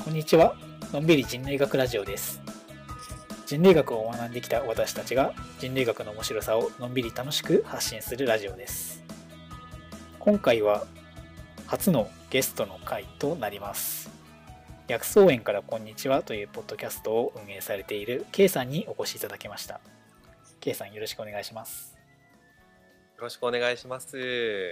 こんにちは。のんびり人類学ラジオです。人類学を学んできた私たちが人類学の面白さをのんびり楽しく発信するラジオです。今回は初のゲストの回となります。薬草園からこんにちはというポッドキャストを運営されている K さんにお越しいただきました。K さん、よろしくお願いします。 よろしくお願いします。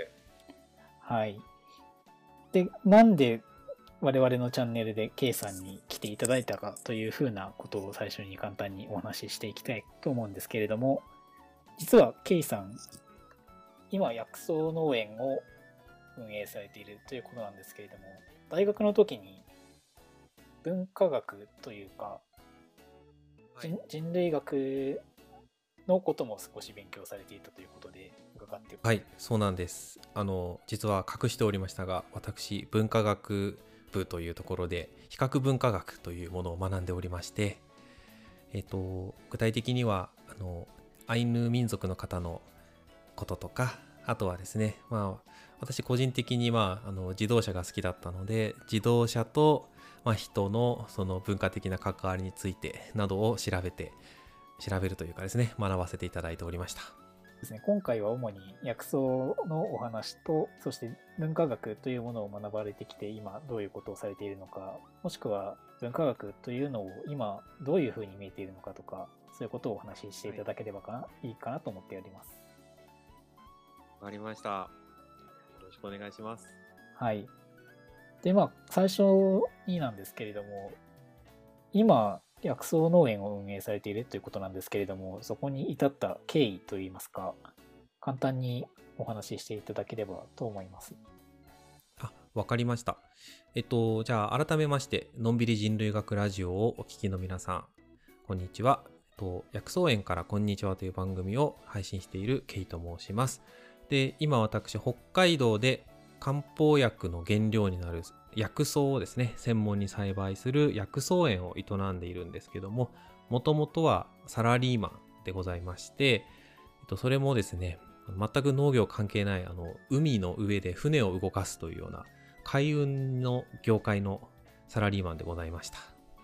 はい。で、なんで我々のチャンネルで K さんに来ていただいたかというふうなことを最初に簡単にお話ししていきたいと思うんですけれども、実は K さん、今薬草農園を運営されているということなんですけれども、大学の時に文化学というか、人類学のことも少し勉強されていたということで伺っております。 はい、そうなんです。実は隠しておりましたが、私文化学部というところで比較文化学というものを学んでおりまして、具体的にはアイヌ民族の方のこととか、あとはですね、私個人的に自動車が好きだったので、自動車と人のその文化的な関わりについてなどを調べるというかですね、学ばせていただいておりました。 ですね、今回は主に薬草のお話と、そして文化学というものを学ばれてきて、今どういうことをされているのか、もしくは文化学というのを今どういうふうに見えているのかとか、そういうことをお話ししていただければいいかなと思っております。 わかりました。よろしくお願いします。 はい。で、最初になんですけれども、今、薬草農園を運営されているということなんですけれども、そこに至った経緯といいますか、簡単にお話ししていただければと思います。 わかりました。じゃあ改めまして、のんびり人類学ラジオをお聞きの皆さん、こんにちは。薬草園からこんにちはという番組を配信しているケイと申します。で、今私、北海道で漢方薬の原料になる薬草をですね、専門に栽培する薬草園を営んでいるんですけども、もともとはサラリーマンでございまして、それもですね、全く農業関係ない海の上で船を動かすというような海運の業界のサラリーマンでございました。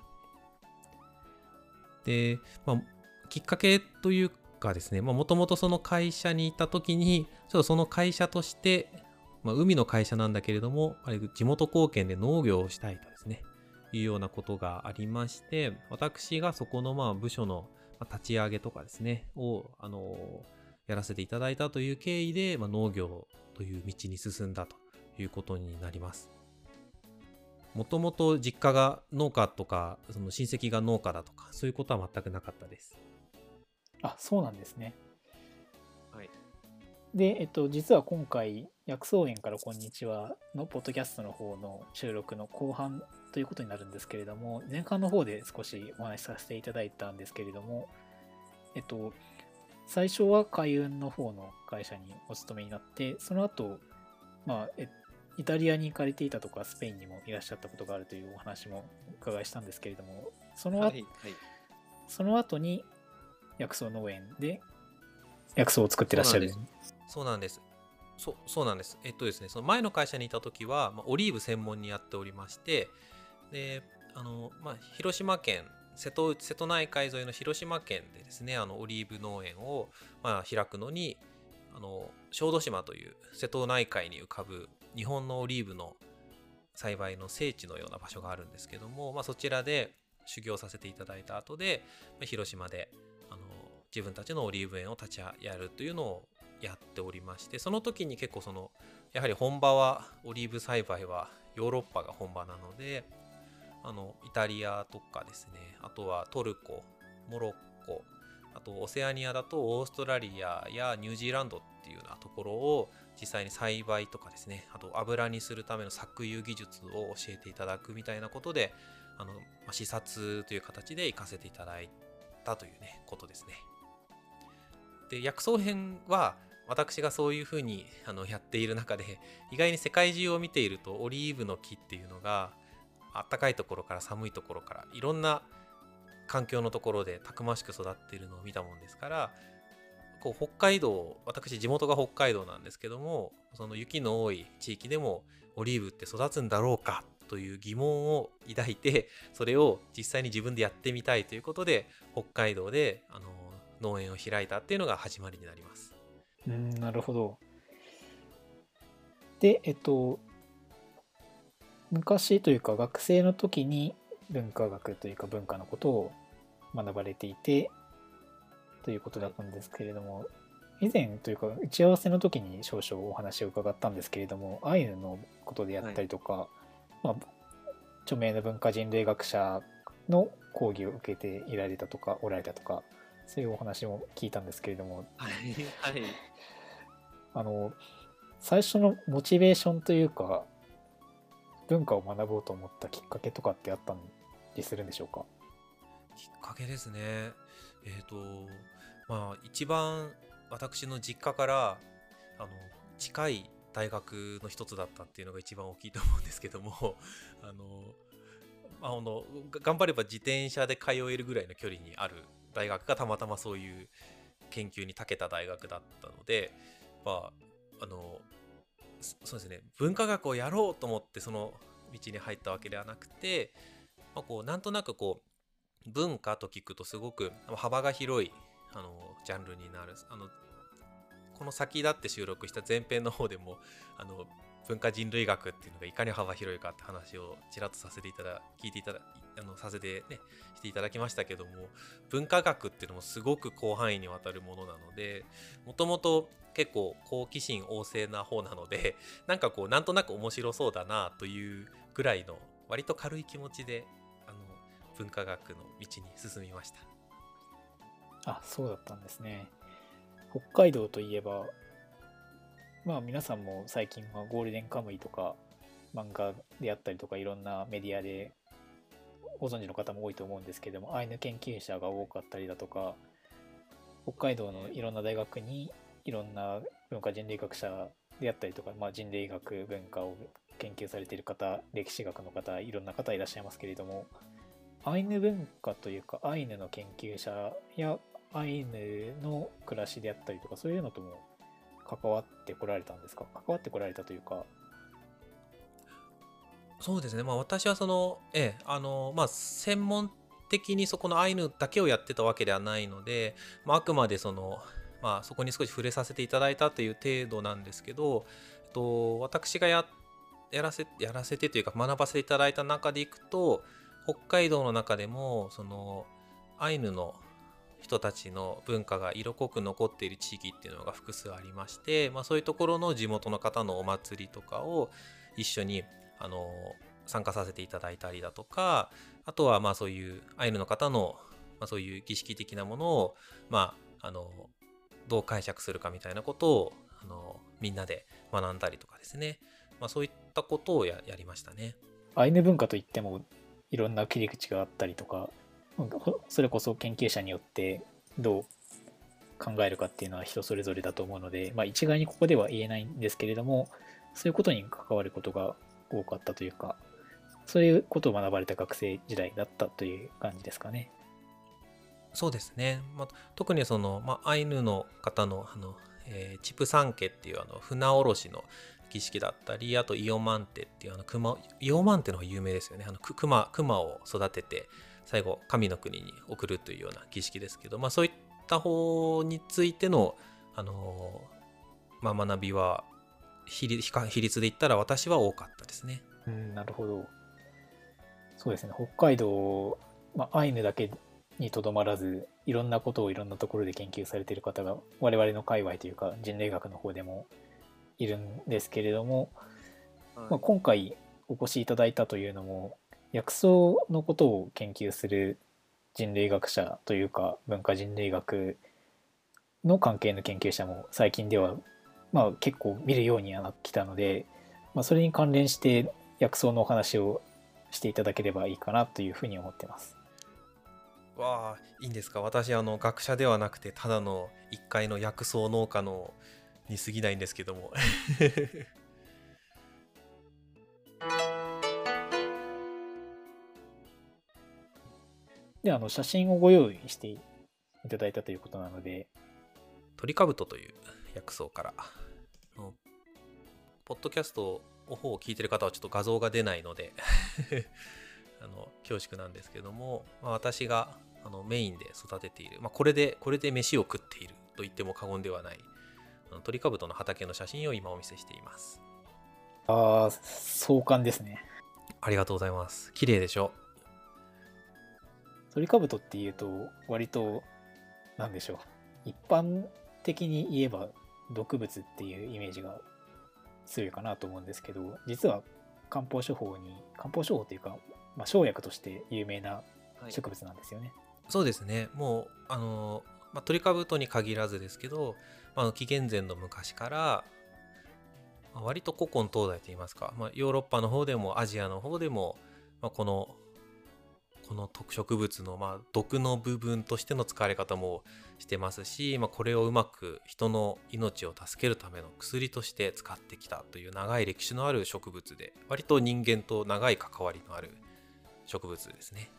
で、きっかけというかですね、もともとその会社にいた時に、ちょっとその会社として、海の会社なんだけれども、地元貢献で農業をしたいとですね、いうようなことがありまして、私がそこの部署の立ち上げとかですね、をやらせていただいたという経緯で、農業という道に進んだということになります。もともと実家が農家とか、その親戚が農家だとか、そういうことは全くなかったです。 あ、そうなんですね。 はい。 で、実は今回、薬草園からこんにちはのポッドキャストの方の収録の後半ということになるんですけれども、前半の方で少しお話しさせていただいたんですけれども、最初は海運の方の会社にお勤めになって、その後、イタリアに行かれていたとか、スペインにもいらっしゃったことがあるというお話もお伺いしたんですけれども、その後に薬草農園で薬草を作ってらっしゃる。 そうなんです。そうなんです。ですね、その前の会社にいた時は、オリーブ専門にやっておりまして、で、広島県、瀬戸内海沿いの広島県でですね、オリーブ農園を、開くのに、小豆島という瀬戸内海に浮かぶ日本のオリーブの栽培の聖地のような場所があるんですけども、そちらで修行させていただいた後で、広島で自分たちのオリーブ園を立ち上げるというのをやっておりまして、その時に結構やはり本場はオリーブ栽培はヨーロッパが本場なので、イタリアとかですね、あとはトルコ、モロッコ、あとオセアニアだとオーストラリアやニュージーランドっていうようなところを実際に栽培とかですね、あと油にするための搾油技術を教えていただくみたいなことで、視察という形で行かせていただいたというね、ことですね。で、薬草編は私がそういうふうにやっている中で、意外に世界中を見ているとオリーブの木っていうのが暖かいところから寒いところからいろんな環境のところでたくましく育っているのを見たもんですから、北海道、私地元が北海道なんですけども、その雪の多い地域でもオリーブって育つんだろうかという疑問を抱いて、それを実際に自分でやってみたいということで北海道で農園を開いたっていうのが始まりになります。 なるほど。で、昔というか学生の時に文化学というか文化のことを学ばれていてということだったんですけれども、以前というか打ち合わせの時に少々お話を伺ったんですけれども、アイヌのことであったりとか、まあ、著名な文化人類学者の講義を受けていられたとかおられたとか、そういうお話も聞いたんですけれども、 はい。 最初のモチベーションというか文化を学ぼうと思ったきっかけとかってあったりするんでしょうか？ きっかけですね。まあ一番私の実家から近い大学の一つだったっていうのが一番大きいと思うんですけども、まあ、頑張れば自転車で通えるぐらいの距離にある大学がたまたまそういう研究に長けた大学だったので、まあ、そうですね、文化学をやろうと思ってその道に入ったわけではなくて、まあ、こうなんとなくこう文化と聞くとすごく幅が広いジャンルになる。この先だって収録した前編の方でも文化人類学っていうのがいかに幅広いかって話をちらっとさせていただ聞いていたださせてねしていただきましたけども、文化学っていうのもすごく広範囲にわたるものなので、もともと結構好奇心旺盛な方なので、なんかこうなんとなく面白そうだなというぐらいの割と軽い気持ちで文化学の道に進みました。 あ、そうだったんですね。北海道といえば、まあ皆さんも最近はゴールデンカムイとか漫画であったりとかいろんなメディアでご存知の方も多いと思うんですけども、アイヌ研究者が多かったりだとか、北海道のいろんな大学にいろんな文化人類学者であったりとか、まあ、人類学文化を研究されている方、歴史学の方、いろんな方いらっしゃいますけれども、アイヌ文化というかアイヌの研究者やアイヌの暮らしであったりとかそういうのとも関わってこられたんですか？関わってこられたというか。 そうですね、まあ、私はその、まあ、専門的にそこのアイヌだけをやってたわけではないので、まあ、あくまでその、まあ、そこに少し触れさせていただいたという程度なんですけど、私がやらせてというか学ばせていただいた中でいくと、北海道の中でもそのアイヌの人たちの文化が色濃く残っている地域っていうのが複数ありまして、まあ、そういうところの地元の方のお祭りとかを一緒に参加させていただいたりだとか、あとはまあそういうアイヌの方の、まあ、そういう儀式的なものを、まあ、どう解釈するかみたいなことをみんなで学んだりとかですね、まあ、そういったことをやりましたね。 アイヌ文化といってもいろんな切り口があったりとか、それこそ研究者によってどう考えるかっていうのは人それぞれだと思うので、まあ、一概にここでは言えないんですけれども、そういうことに関わることが多かったというか、そういうことを学ばれた学生時代だったという感じですかね。 そうですね、まあ、特にその、まあ、アイヌの方のチプサンケっていう船おろしの儀式だったり、あとイオマンテっていうイオマンテの方が有名ですよね。熊を育てて最後神の国に送るというような儀式ですけど、まあ、そういった方についての、まあ、学びは比率で言ったら私は多かったですね。 なるほど。そうですね。北海道、まあ、アイヌだけにとどまらず、いろんなことをいろんなところで研究されている方が、我々の界隈というか、人類学の方でもいるんですけれども、まあ、今回お越しいただいたというのも、薬草のことを研究する人類学者というか、文化人類学の関係の研究者も最近では、まあ、結構見るようにはなってきたので、まあ、それに関連して薬草のお話をしていただければいいかなというふうに思ってます。 わあ、いいんですか？私学者ではなくてただの一階の薬草農家のに過ぎないんですけどもで、写真をご用意していただいたということなので、 トリカブトという薬草からポッドキャスト方を聞いてる方はちょっと画像が出ないので恐縮なんですけども、私がメインで育てている、これで飯を食っていると言っても過言ではないトリカブトの畑の写真を今お見せしています。 ああ、壮観ですね。 ありがとうございます。綺麗でしょ。 トリカブトっていうと、割と、なんでしょう。一般的に言えば毒物っていうイメージが強いかなと思うんですけど、実は漢方処方というか、生薬として有名な植物なんですよね。 そうですね。もうトリカブトに限らずですけど、紀元前の昔から割と古今東西といいますか、ヨーロッパの方でもアジアの方でも、この特植物の毒の部分としての使われ方もしてますし、これをうまく人の命を助けるための薬として使ってきたという長い歴史のある植物で、割と人間と長い関わりのある植物ですね。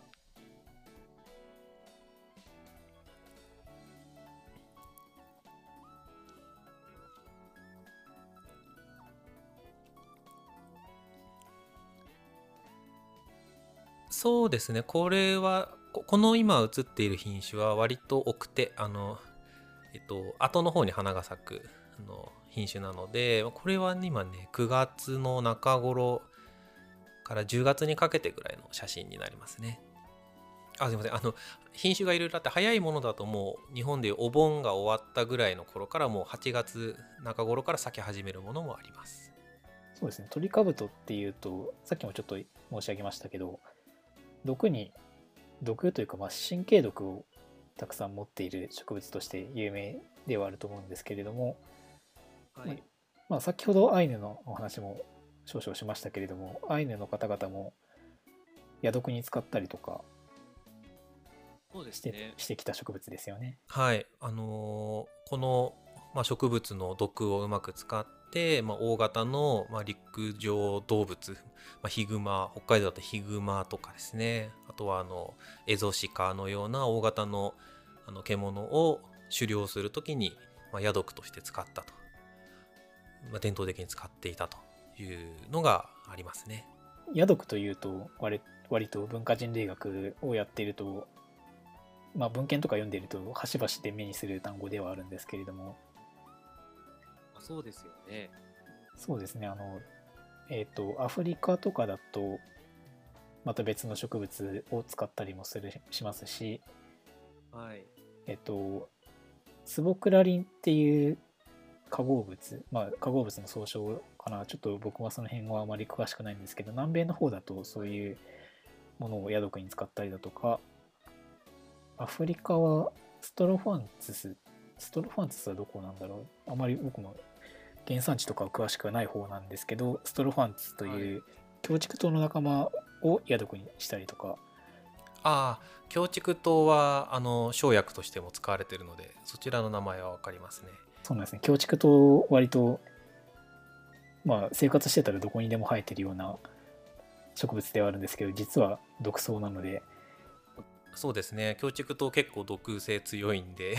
そうですね。これはこの今映っている品種は割と奥手、後の方に花が咲く品種なので、これは今ね9月の中頃から10月にかけてぐらいの写真になりますね。すいません、品種がいろいろあって、早いものだともう日本でお盆が終わったぐらいの頃からもう8月中頃から咲き始めるものもあります。 そうですね。トリカブトっていうと、さっきもちょっと申し上げましたけど、毒というか、神経毒をたくさん持っている植物として有名ではあると思うんですけれども、 はい。 先ほどアイヌのお話も少々しましたけれども、アイヌの方々もヤ毒に使ったりとかそうですね。 してきた植物ですよね。 はい。この、植物の毒をうまく使って、大型の、陸上動物、ヒグマ、北海道だとヒグマとかですね、あとはエゾシカのような大型の獣を狩猟するときに、ヤ毒として使ったと、伝統的に使っていたというのがありますね。 ヤ毒というと割と文化人類学をやっていると、文献とか読んでいると端々で目にする単語ではあるんですけれども、 そうですよね。 そうですね、アフリカとかだとまた別の植物を使ったりもしますし、 はい。 ツボクラリンっていう化合物、化合物の総称かな、ちょっと僕はその辺はあまり詳しくないんですけど、南米の方だとそういうものをヤドクに使ったりだとか、アフリカはストロファンツスはどこなんだろう、あまり僕も原産地とかは詳しくはない方なんですけど、ストロファンツという強竹糖の仲間をヤドクにしたりとか。 強竹糖は生薬としても使われているので、そちらの名前は分かりますね。 そうなんですね。強竹糖割と生活してたらどこにでも生えてるような植物ではあるんですけど、実は毒草なので。 そうですね。強竹糖結構毒性強いんで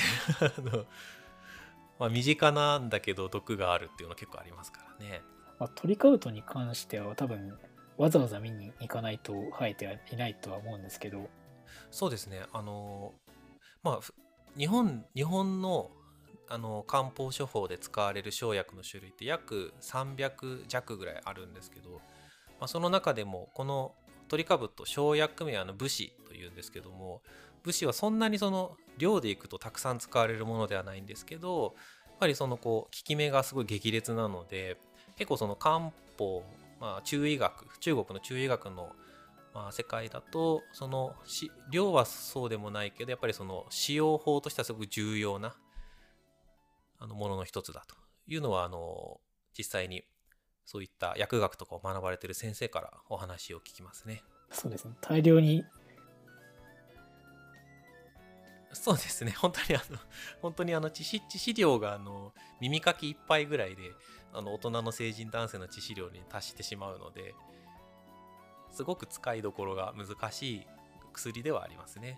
身近なんだけど毒があるっていうの結構ありますからね。 トリカウトに関しては多分わざわざ見に行かないと生えていないとは思うんですけど。 そうですね。日本の漢方処方で使われる生薬の種類って約300弱ぐらいあるんですけど、その中でもこのトリカブト生薬名は武士というんですけども、武士はそんなにその量でいくとたくさん使われるものではないんですけど、やっぱりその効き目がすごい激烈なので、結構その漢方、中医学、中国の中医学の世界だとその量はそうでもないけど、やっぱりその使用法としてはすごく重要なものの一つだというのは実際にそういった薬学とかを学ばれている先生からお話を聞きますね。 そうですね。大量に。 そうですね。本当に致死量が耳かき一杯ぐらいで大人の成人男性の致死量に達してしまうので、すごく使いどころが難しい薬ではありますね。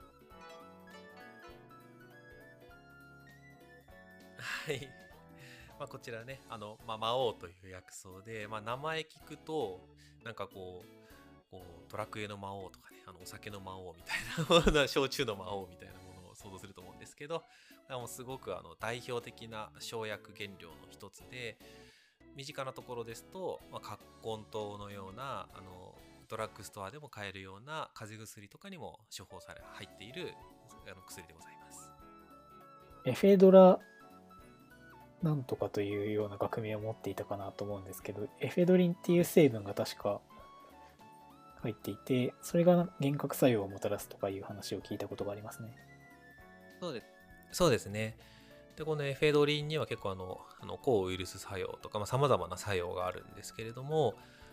はい。 こちらね、魔王という薬草で、名前聞くと、なんかドラクエの魔王とかね、お酒の魔王みたいな焼酎の魔王みたいなものを想像すると思うんですけど、もうすごく代表的な生薬原料の一つで、身近なところですと、葛根湯のようなドラッグストアでも買えるような風邪薬とかにも処方され入っている薬でございます。 エフェドラなんとかというような学名を持っていたかなと思うんですけど、エフェドリンっていう成分が確か入っていて、それが幻覚作用をもたらすとかいう話を聞いたことがありますね。 そうですね。で、このエフェドリンには結構抗ウイルス作用とか様々な作用があるんですけれども、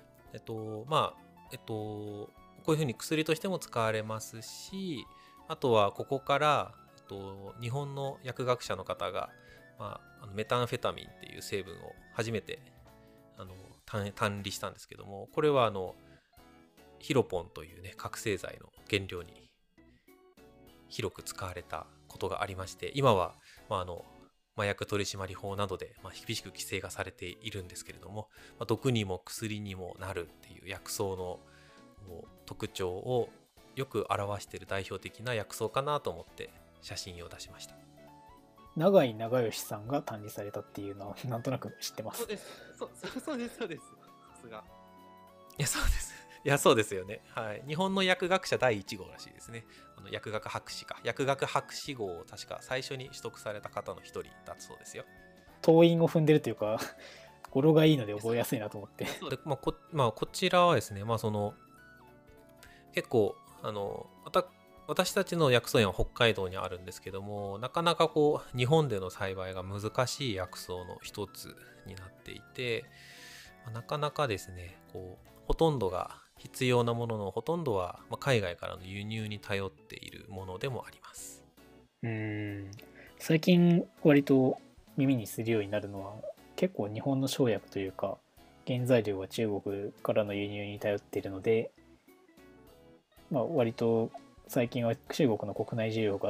こういうふうに薬としても使われますし、あとはここから、日本の薬学者の方が、メタンフェタミンっていう成分を初めて単理したんですけども、これはヒロポンというね覚醒剤の原料に広く使われたことがありまして、今は、麻薬取締法などで、厳しく規制がされているんですけれども、毒にも薬にもなるっていう薬草の特徴をよく表している代表的な薬草かなと思って写真を出しました。 永井長義さんが単理されたっていうのはなんとなく知ってます。 そうです。そうです。さすが。いや、そうです。いや、そうですよね。はい。日本の薬学者第1号らしいですね。薬学博士か。薬学博士号を確か最初に取得された方の一人だそうですよ。 党員を踏んでるというか、語呂がいいので覚えやすいなと思って。 でこちらはですね、結構、私たちの薬草園は北海道にあるんですけども、なかなか日本での栽培が難しい薬草の一つになっていて、なかなかですね、ほとんどが必要なもののほとんどは海外からの輸入に頼っているものでもあります。 最近割と耳にするようになるのは、結構日本の生薬というか原材料は中国からの輸入に頼っているので、割と最近は中国の国内需要が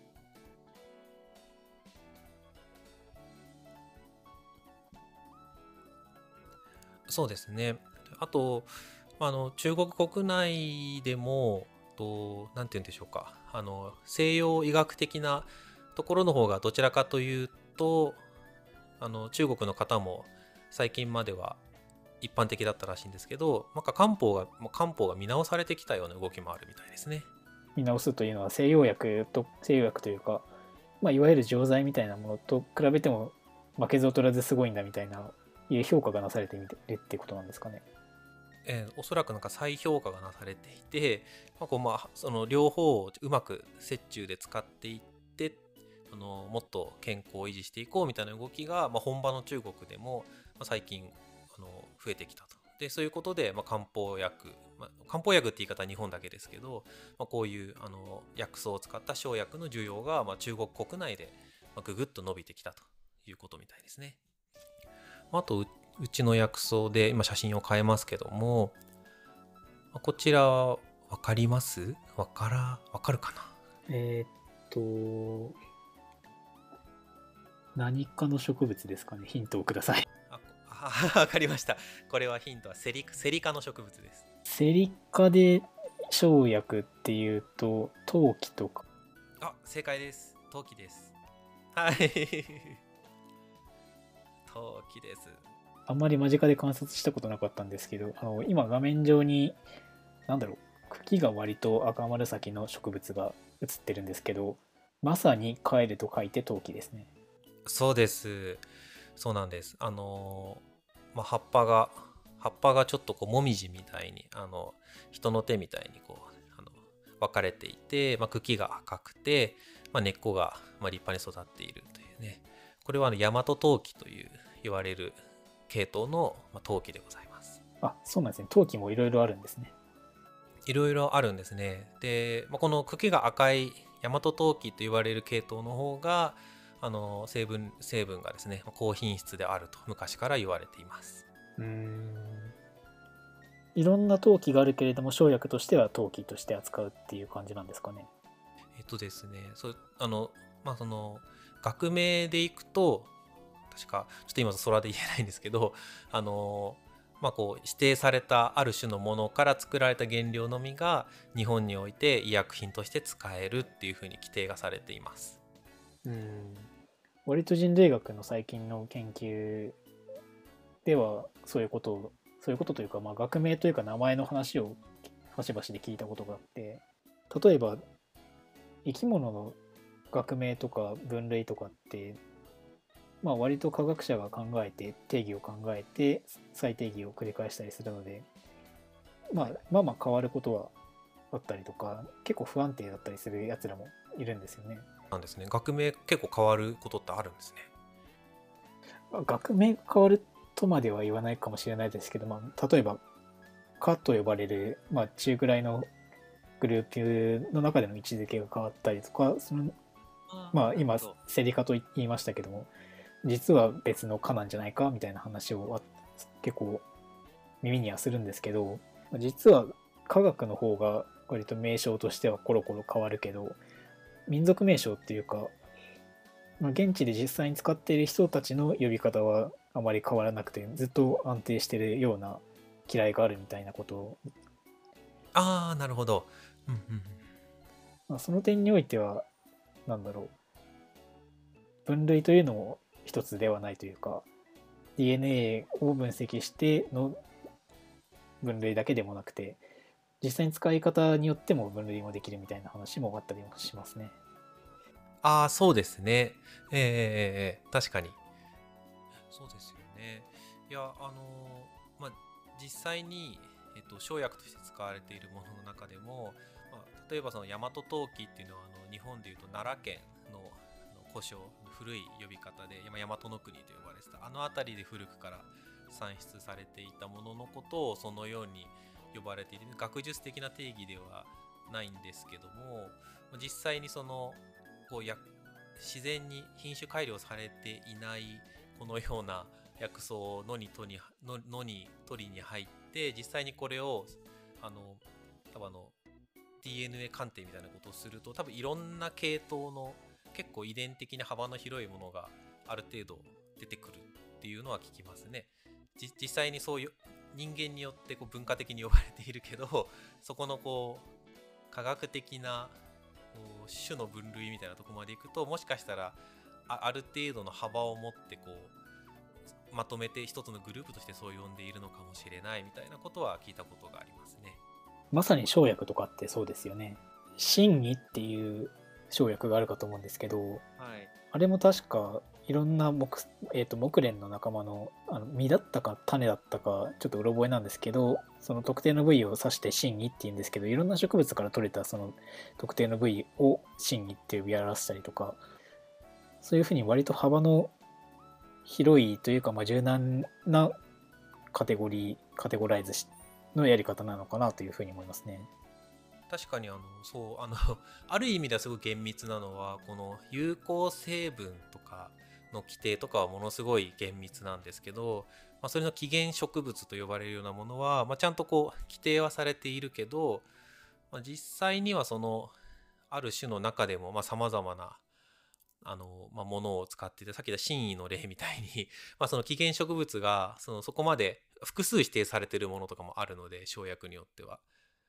そうですね。あと、中国国内でもなんて言うんでしょうか、西洋医学的なところの方がどちらかというと中国の方も最近までは一般的だったらしいんですけど、漢方が見直されてきたような動きもあるみたいですね。 見直すというのは西洋薬というか、いわゆる錠剤みたいなものと比べても負けず劣らずすごいんだみたいないう評価がなされているってことなんですかね。 おそらくなんか再評価がなされていて、その両方をうまく折衷で使っていってもっと健康を維持していこうみたいな動きが、本場の中国でも最近増えてきたと。でそういうことで、漢方薬、漢方薬って言い方は日本だけですけど、こういう薬草を使った生薬の需要が、中国国内でぐぐっと伸びてきたということみたいですね。あとうちの薬草で今写真を変えますけども、こちら分かります？分かるかな？ 何かの植物ですかね。ヒントをください。 分かりました。これはヒントはセリ科の植物です。 セリ科で生薬っていうと陶器とか。 正解です。陶器です。はい。陶器です。 あんまり間近で観察したことなかったんですけど、今画面上に茎が割と赤紫の植物が映ってるんですけど、まさにカエルと書いて陶器ですね。 そうです。そうなんです。葉っぱがちょっともみじみたいに人の手みたいに分かれていて、茎が赤くて、根っこが立派に育っているというね。これは大和陶器という言われる系統の陶器でございます。 そうなんですね。陶器もいろいろあるんですね。 いろいろあるんですね。で、この茎が赤い大和陶器と言われる系統の方が成分がですね高品質であると昔から言われています。 いろんな陶器があるけれども生薬としては陶器として扱うっていう感じなんですかね。 ですね、その学名でいくと確かちょっと今空で言えないんですけど、こう指定されたある種のものから作られた原料のみが日本において医薬品として使えるっていうふうに規定がされています。 うん。割と人類学の最近の研究ではそういうことというか、まあ、学名というか名前の話を端々で聞いたことがあって、例えば生き物の学名とか分類とかって、まあ、割と科学者が考えて定義を考えて再定義を繰り返したりするので、まあ変わることはあったりとか、結構不安定だったりするやつらもいるんですよね。 なんですね。学名結構変わることってあるんですね。 学名変わるとまでは言わないかもしれないですけど、例えば科と呼ばれる、中くらいのグループの中での位置づけが変わったりとか、今セリ科と言いましたけども、実は別の科なんじゃないかみたいな話を結構耳にはするんですけど、実は科学の方が割と名称としてはコロコロ変わるけど、民族名称っていうか、現地で実際に使っている人たちの呼び方はあまり変わらなくて、ずっと安定しているような嫌いがあるみたいなことを、 ああ、なるほど。うんうんその点においては、なんだろう、分類というのも一つではないというか、DNA を分析しての分類だけでもなくて、実際に使い方によっても分類もできるみたいな話もあったりもしますね。 ああ、そうですね。確かに。そうですよね。いや、実際に、生薬として使われているものの中でも、例えばその大和当帰っていうのは日本でいうと奈良県の古書、古い呼び方で大和の国と呼ばれてた、あの辺りで古くから産出されていたもののことをそのように呼ばれていて、学術的な定義ではないんですけども、実際にそのこう自然に品種改良されていないこのような薬草を野に取りに入って、実際にこれを多分DNA 鑑定みたいなことをすると、多分いろんな系統の結構遺伝的な幅の広いものがある程度出てくるっていうのは聞きますね。実際にそういう人間によってこう文化的に呼ばれているけど、そこのこう科学的な種の分類みたいなところまでいくと、もしかしたらある程度の幅を持ってこうまとめて一つのグループとしてそう呼んでいるのかもしれないみたいなことは聞いたことがありますね。 まさに生薬とかってそうですよね。真偽っていう生薬があるかと思うんですけど、 はい、 あれも確かいろんな木蓮の仲間の実だったか種だったかちょっとうろ覚えなんですけど、その特定の部位を指して真偽っていうんですけど、いろんな植物から取れたその特定の部位を真偽って呼び表したりとか、そういうふうに割と幅の広いというか、柔軟なカテゴライズのやり方なのかなというふうに思いますね。 確かにある意味ではすごい厳密なのは、この有効成分とかの規定とかはものすごい厳密なんですけど、それの起源植物と呼ばれるようなものは、ちゃんとこう規定はされているけど、実際にはそのある種の中でもさまざまなものを使っていて、さっき言った真偽の例みたいにその起源植物がそこまで複数指定されているものとかもあるので、生薬によっては。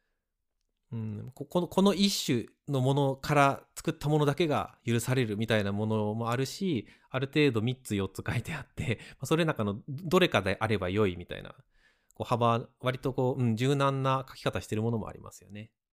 この一種のものから作ったものだけが許されるみたいなものもあるし、ある程度3つ4つ書いてあってそれの中のどれかであれば良いみたいな、こう幅割とこう、柔軟な書き方してるものもありますよね。